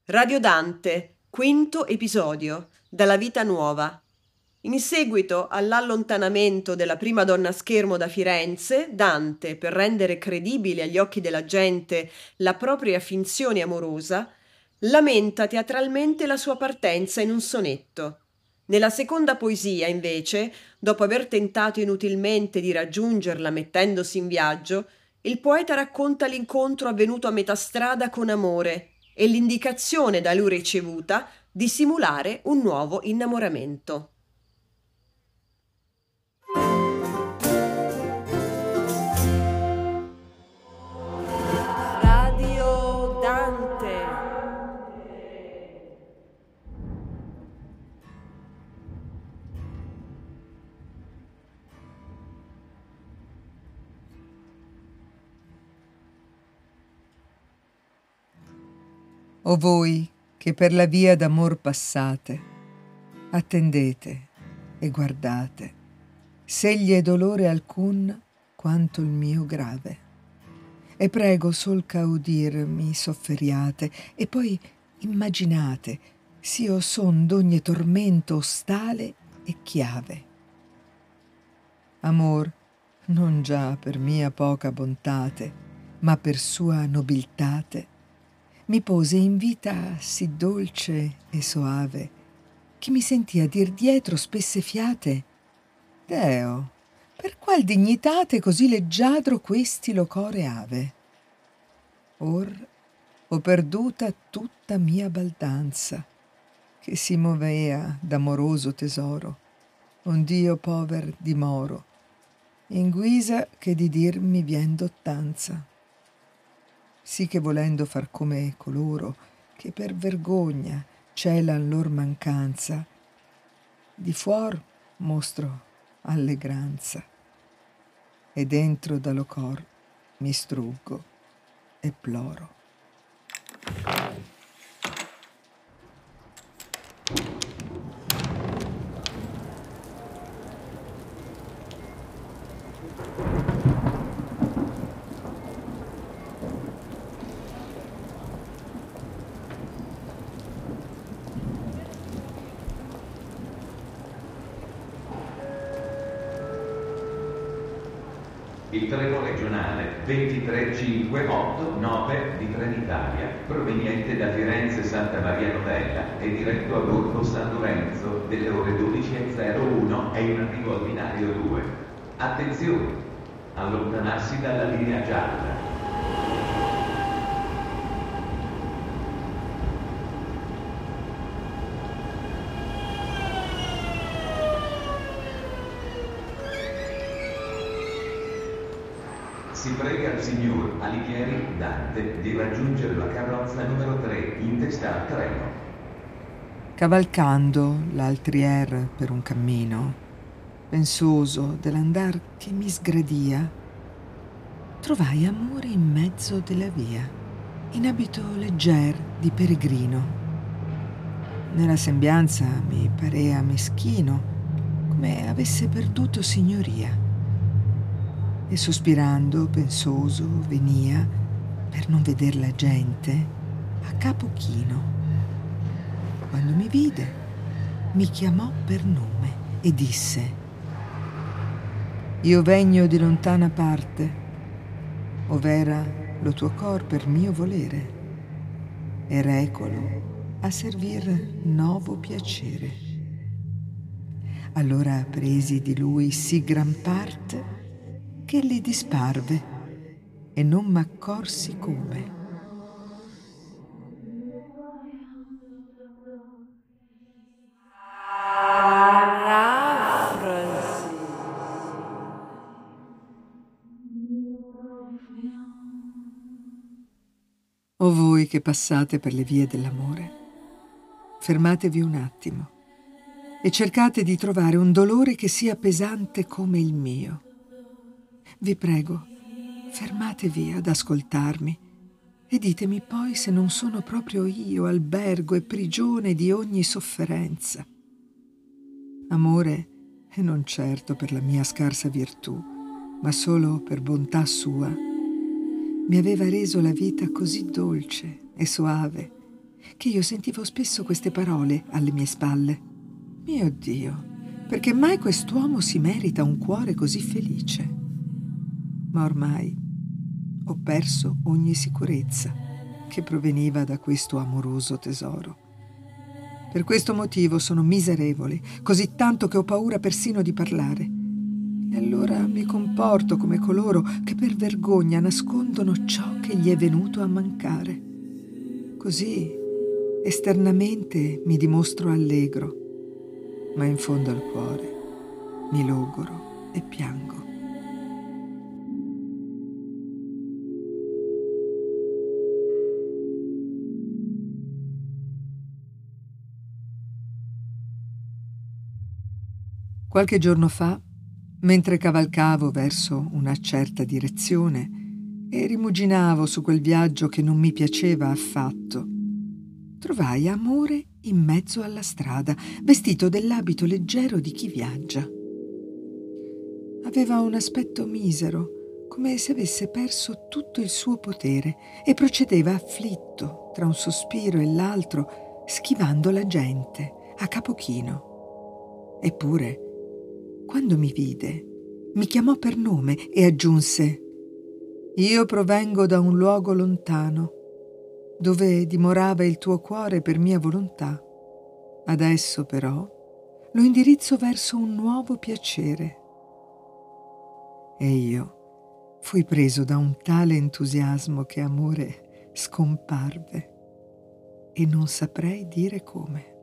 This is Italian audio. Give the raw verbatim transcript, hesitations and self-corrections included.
Radio Dante, quinto episodio, dalla vita nuova. In seguito all'allontanamento della prima donna schermo da Firenze, Dante, per rendere credibile agli occhi della gente la propria finzione amorosa, lamenta teatralmente la sua partenza in un sonetto. Nella seconda poesia, invece, dopo aver tentato inutilmente di raggiungerla mettendosi in viaggio, il poeta racconta l'incontro avvenuto a metà strada con Amore e l'indicazione da lui ricevuta di simulare un nuovo innamoramento. Radio Dante. O voi che per la via d'amor passate, attendete e guardate, s'egli è dolore alcun quanto il mio grave. E prego sol ch'audir mi sofferiate, e poi immaginate s'io son d'ogni tormento ostale e chiave. Amor, non già per mia poca bontate, ma per sua nobiltate, mi pose in vita sì dolce e soave, che mi sentia dir dietro spesse fiate: Deo, per qual dignitate così leggiadro questi lo core ave? Or ho perduta tutta mia baldanza, che si movea d'amoroso tesoro, ond'io pover dimoro, in guisa che di dir mi vien dottanza. Sì che volendo far come coloro che per vergogna celan lor mancanza, di fuor mostro allegranza, e dentro dallo cor mi struggo e ploro. Il treno regionale ventitré cinque otto nove di Trenitalia, proveniente da Firenze Santa Maria Novella e diretto a Borgo San Lorenzo delle ore dodici e zero uno, è in arrivo al binario due. Attenzione! Allontanarsi dalla linea gialla. Si prega il signor Alighieri Dante di raggiungere la carrozza numero tre in testa al treno. Cavalcando l'altrier per un cammino, pensoso dell'andar che mi sgradia, trovai Amore in mezzo della via, in abito legger di peregrino. Nella sembianza mi parea meschino, come avesse perduto signoria. E sospirando, pensoso, venia, per non veder la gente, a capo chino. Quando mi vide, mi chiamò per nome e disse: Io vegno di lontana parte, ov'era lo tuo cor per mio volere, e recolo a servir novo piacere. Allora presi di lui sì gran parte, che li disparve e non m'accorsi come. O voi che passate per le vie dell'amore, fermatevi un attimo e cercate di trovare un dolore che sia pesante come il mio. Vi prego, fermatevi ad ascoltarmi e ditemi poi se non sono proprio io albergo e prigione di ogni sofferenza. Amore, e non certo per la mia scarsa virtù, ma solo per bontà sua, mi aveva reso la vita così dolce e soave che io sentivo spesso queste parole alle mie spalle. Mio Dio, perché mai quest'uomo si merita un cuore così felice? Ma ormai ho perso ogni sicurezza che proveniva da questo amoroso tesoro. Per questo motivo sono miserevole, così tanto che ho paura persino di parlare. E allora mi comporto come coloro che per vergogna nascondono ciò che gli è venuto a mancare. Così, esternamente mi dimostro allegro, ma in fondo al cuore mi logoro e piango. Qualche giorno fa, mentre cavalcavo verso una certa direzione e rimuginavo su quel viaggio che non mi piaceva affatto, trovai Amore in mezzo alla strada, vestito dell'abito leggero di chi viaggia. Aveva un aspetto misero, come se avesse perso tutto il suo potere, e procedeva afflitto tra un sospiro e l'altro, schivando la gente a capo chino. Eppure, quando mi vide, mi chiamò per nome e aggiunse: «Io provengo da un luogo lontano, dove dimorava il tuo cuore per mia volontà. Adesso, però, lo indirizzo verso un nuovo piacere». E io fui preso da un tale entusiasmo che Amore scomparve, e non saprei dire come.